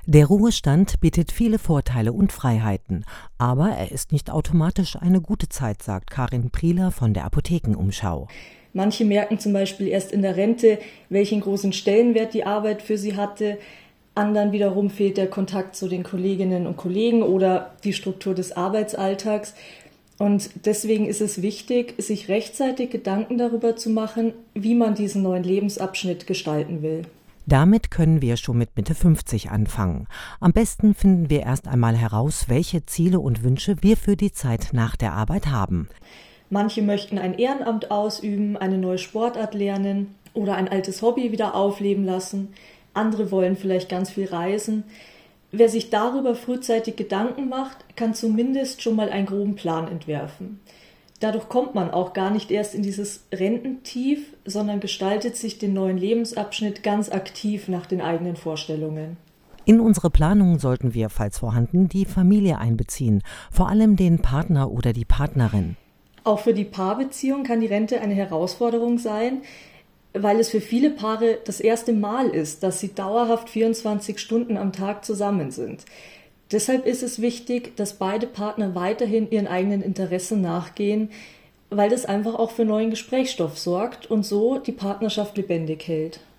Der Ruhestand bietet viele Vorteile und Freiheiten, aber er ist nicht automatisch eine gute Zeit, sagt Karin Prieler von der Apothekenumschau. Manche merken zum Beispiel erst in der Rente, welchen großen Stellenwert die Arbeit für sie hatte. Anderen wiederum fehlt der Kontakt zu den Kolleginnen und Kollegen oder die Struktur des Arbeitsalltags. Und deswegen ist es wichtig, sich rechtzeitig Gedanken darüber zu machen, wie man diesen neuen Lebensabschnitt gestalten will. Damit können wir schon mit Mitte 50 anfangen. Am besten finden wir erst einmal heraus, welche Ziele und Wünsche wir für die Zeit nach der Arbeit haben. Manche möchten ein Ehrenamt ausüben, eine neue Sportart lernen oder ein altes Hobby wieder aufleben lassen. Andere wollen vielleicht ganz viel reisen. Wer sich darüber frühzeitig Gedanken macht, kann zumindest schon mal einen groben Plan entwerfen. Dadurch kommt man auch gar nicht erst in dieses Rententief, sondern gestaltet sich den neuen Lebensabschnitt ganz aktiv nach den eigenen Vorstellungen. In unsere Planung sollten wir, falls vorhanden, die Familie einbeziehen, vor allem den Partner oder die Partnerin. Auch für die Paarbeziehung kann die Rente eine Herausforderung sein, weil es für viele Paare das erste Mal ist, dass sie dauerhaft 24 Stunden am Tag zusammen sind. Deshalb ist es wichtig, dass beide Partner weiterhin ihren eigenen Interessen nachgehen, weil das einfach auch für neuen Gesprächsstoff sorgt und so die Partnerschaft lebendig hält.